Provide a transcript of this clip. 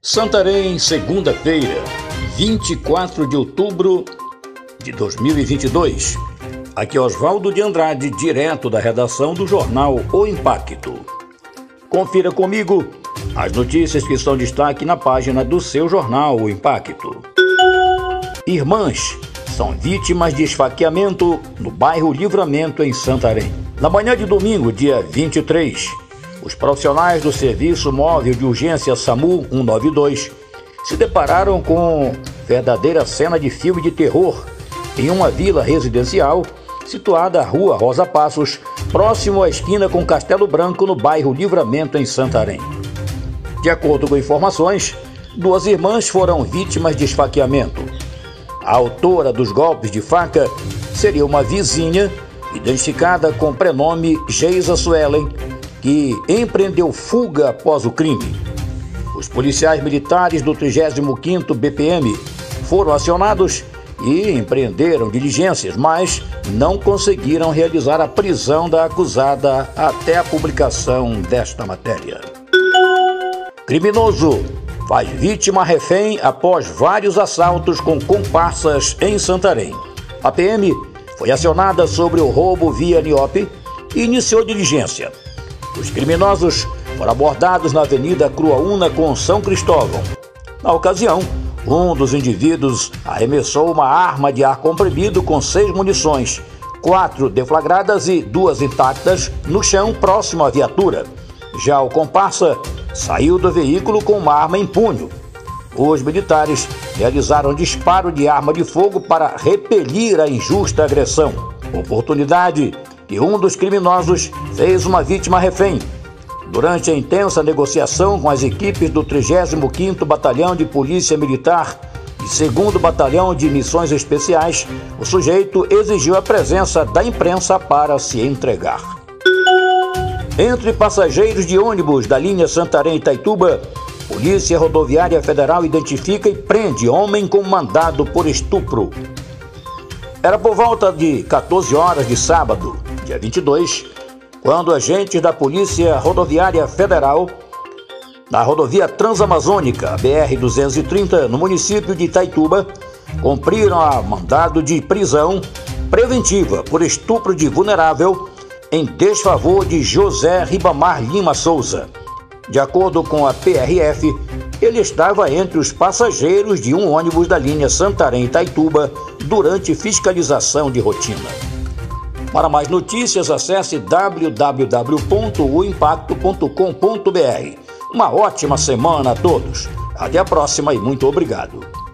Santarém, segunda-feira, 24 de outubro de 2022. Aqui é Oswaldo de Andrade, direto da redação do jornal O Impacto. Confira comigo as notícias que são destaque na página do seu jornal O Impacto. Irmãs são vítimas de esfaqueamento no bairro Livramento, em Santarém. Na manhã de domingo, dia 23, os profissionais do Serviço Móvel de Urgência SAMU 192 se depararam com verdadeira cena de filme de terror em uma vila residencial situada à Rua Rosa Passos, próximo à esquina com Castelo Branco, no bairro Livramento, em Santarém. De acordo com informações, duas irmãs foram vítimas de esfaqueamento. A autora dos golpes de faca seria uma vizinha, identificada com o prenome Geisa Suelen, que empreendeu fuga após o crime. Os policiais militares do 35º BPM foram acionados e empreenderam diligências, mas não conseguiram realizar a prisão da acusada até a publicação desta matéria. Criminoso faz vítima refém após vários assaltos com comparsas em Santarém. A PM foi acionada sobre o roubo via NIOP e iniciou diligência. Os criminosos foram abordados na Avenida Cruaúna com São Cristóvão. Na ocasião, um dos indivíduos arremessou uma arma de ar comprimido com 6 munições, 4 deflagradas e 2 intactas, no chão próximo à viatura. Já o comparsa saiu do veículo com uma arma em punho. Os militares realizaram disparo de arma de fogo para repelir a injusta agressão. Oportunidade que um dos criminosos fez uma vítima refém. Durante a intensa negociação com as equipes do 35º Batalhão de Polícia Militar e 2º Batalhão de Missões Especiais, o sujeito exigiu a presença da imprensa para se entregar. Entre passageiros de ônibus da linha Santarém-Itaituba, Polícia Rodoviária Federal identifica e prende homem com mandado por estupro. Era por volta de 14 horas de sábado, dia 22, quando agentes da Polícia Rodoviária Federal, na rodovia Transamazônica, BR-230, no município de Itaituba, cumpriram a mandado de prisão preventiva por estupro de vulnerável em desfavor de José Ribamar Lima Souza. De acordo com a PRF, ele estava entre os passageiros de um ônibus da linha Santarém-Itaituba durante fiscalização de rotina. Para mais notícias, acesse www.oimpacto.com.br. Uma ótima semana a todos. Até a próxima e muito obrigado.